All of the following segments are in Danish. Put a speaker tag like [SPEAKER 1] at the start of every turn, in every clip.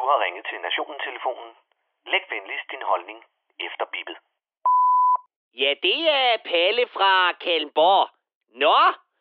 [SPEAKER 1] har ringet til Nationen-telefonen. Læg venligst din holdning efter bippet.
[SPEAKER 2] Ja, det er Palle fra Kalmborg. Nå,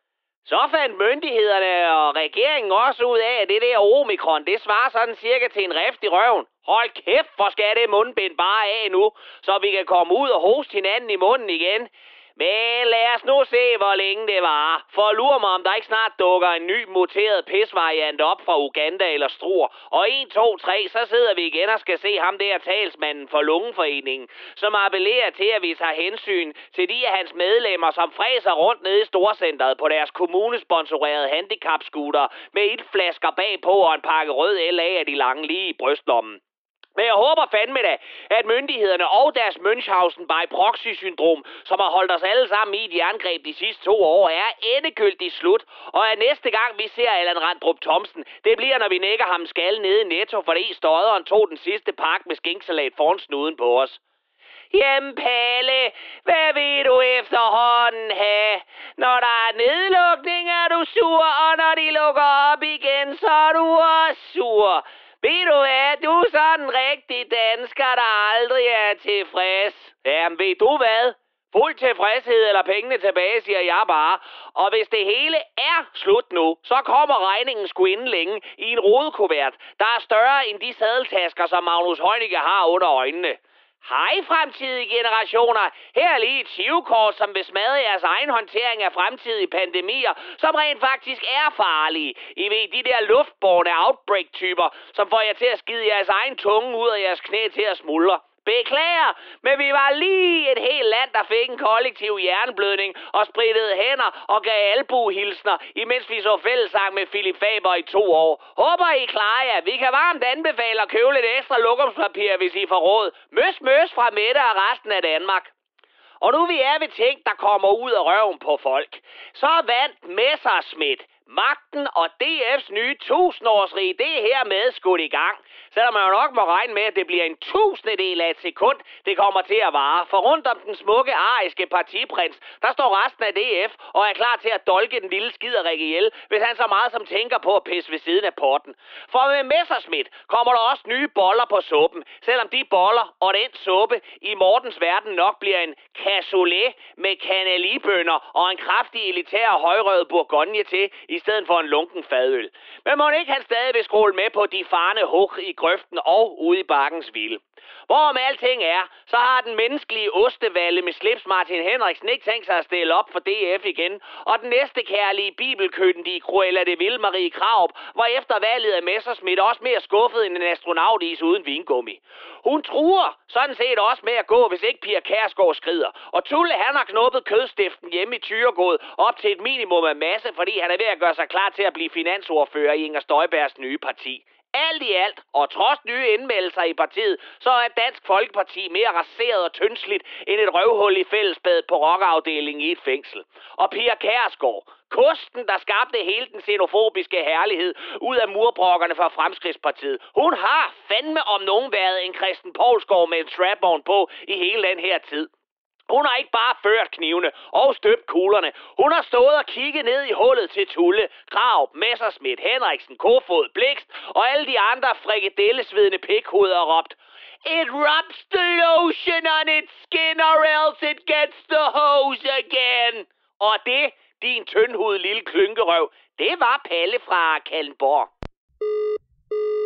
[SPEAKER 2] så fandt myndighederne og regeringen også ud af, at det der omikron, det svarer sådan cirka til en rift i røven. Hold kæft, hvor skal det mundbind bare af nu, så vi kan komme ud og hoste hinanden i munden igen. Men lad os nu se, hvor længe det varer. For lur mig, om der ikke snart dukker en ny muteret pisvariant op fra Uganda eller Struer. Og 1, 2, 3, så sidder vi igen og skal se ham der talsmanden for Lungeforeningen, som appellerer til, at vi tager hensyn til de af hans medlemmer, som fræser rundt nede i Storcenteret på deres kommunesponsorerede handicapscooter med iltflasker bagpå og en pakke rød LA af de lange lige i brystlommen. Men jeg håber fandme da, at myndighederne og deres Münchhausen by proxy-syndrom, som har holdt os alle sammen i et jerngreb de sidste 2 år, er endegyldigt slut. Og at næste gang vi ser Allan Randrup Thomsen, det bliver, når vi nækker ham skal nede i Netto, fordi stodderen tog den sidste pakke med skinksalat foran snuden på os. Jamen Palle, hvad vil du efterhånden have? Når der er nedlukning, er du sur, og når de lukker op igen, så er du også sur. Ved du hvad, du er sådan en rigtig dansker, der aldrig er tilfreds. Jamen ved du hvad? Fuld tilfredshed eller pengene tilbage, siger jeg bare. Og hvis det hele er slut nu, så kommer regningen sgu inden længe i en rodekuvert, der er større end de sadeltasker, som Magnus Heunicke har under øjnene. Hej fremtidige generationer. Her er lige et shivkort, som vil smadre jeres egen håndtering af fremtidige pandemier, som rent faktisk er farlige. I ved, de der luftbårne outbreak-typer, som får jer til at skide jeres egen tunge ud af jeres knæ til at smuldre. Beklager, men vi var lige et helt land, der fik en kollektiv hjerneblødning og sprittede hænder og gav albuehilsner, imens vi så fællessang med Philip Faber i 2 år. Håber I klarer jer. Vi kan varmt anbefale at købe lidt ekstra lokumspapir, hvis I får råd. Møs fra Mette og resten af Danmark. Og nu vi er ved ting, der kommer ud af røven på folk, så vandt Messerschmidt magten, og DF's nye 1000-årsrige, det er hermed skudt i gang. Selvom man jo nok må regne med, at det bliver en 1000-del af et sekund, det kommer til at vare. For rundt om den smukke ariske partiprins, der står resten af DF og er klar til at dolke den lille skiderik ihjel, hvis han så meget som tænker på at pisse ved siden af porten. For med Messerschmidt kommer der også nye boller på suppen, selvom de boller og den suppe i Mortens verden nok bliver en cassoulet med kanelibønner og en kraftig elitær højrød bourgogne til, i stedet for en lunken fadøl. Men må ikke han stadig vil skråle med på de farne hug i grøften og ude i bakkens vilde. Hvorom alting er, så har den menneskelige ostevalle med slips Martin Henriksen ikke tænkt sig at stille op for DF igen, og den næste kærlige bibelkyndige Cruella de Vil Marie Krarup var efter valget af Messerschmidt også mere skuffet end en astronautis uden vingummi. Hun truer sådan set også med at gå, hvis ikke Pia Kjærsgaard skrider. Og Tulle, han har knuppet kødstiften hjemme i Thyregod op til et minimum af masse, fordi han er ved at gøre sig klar til at blive finansordfører i Inger Støjbergs nye parti. Alt i alt, og trods nye indmeldelser i partiet, så er Dansk Folkeparti mere raseret og tyndsligt end et røvhul i fællesbadet på rockafdelingen i et fængsel. Og Pia Kjærsgaard, kosten, der skabte hele den xenofobiske herlighed ud af murbrokkerne fra Fremskridtspartiet, hun har fandme om nogen været en Christen Poulsgaard med en strap-on på i hele den her tid. Hun har ikke bare ført knivene og støbt kuglerne. Hun har stået og kigget ned i hullet til Tulle, Krarup, Messerschmidt, Henriksen, Kofod, Blikst og alle de andre frikadellesvedende pikhoveder og råbt: It rubs the lotion on its skin or else it gets the hose again. Og det, din tyndhud lille klynkerøv, det var Palle fra Kalmborg.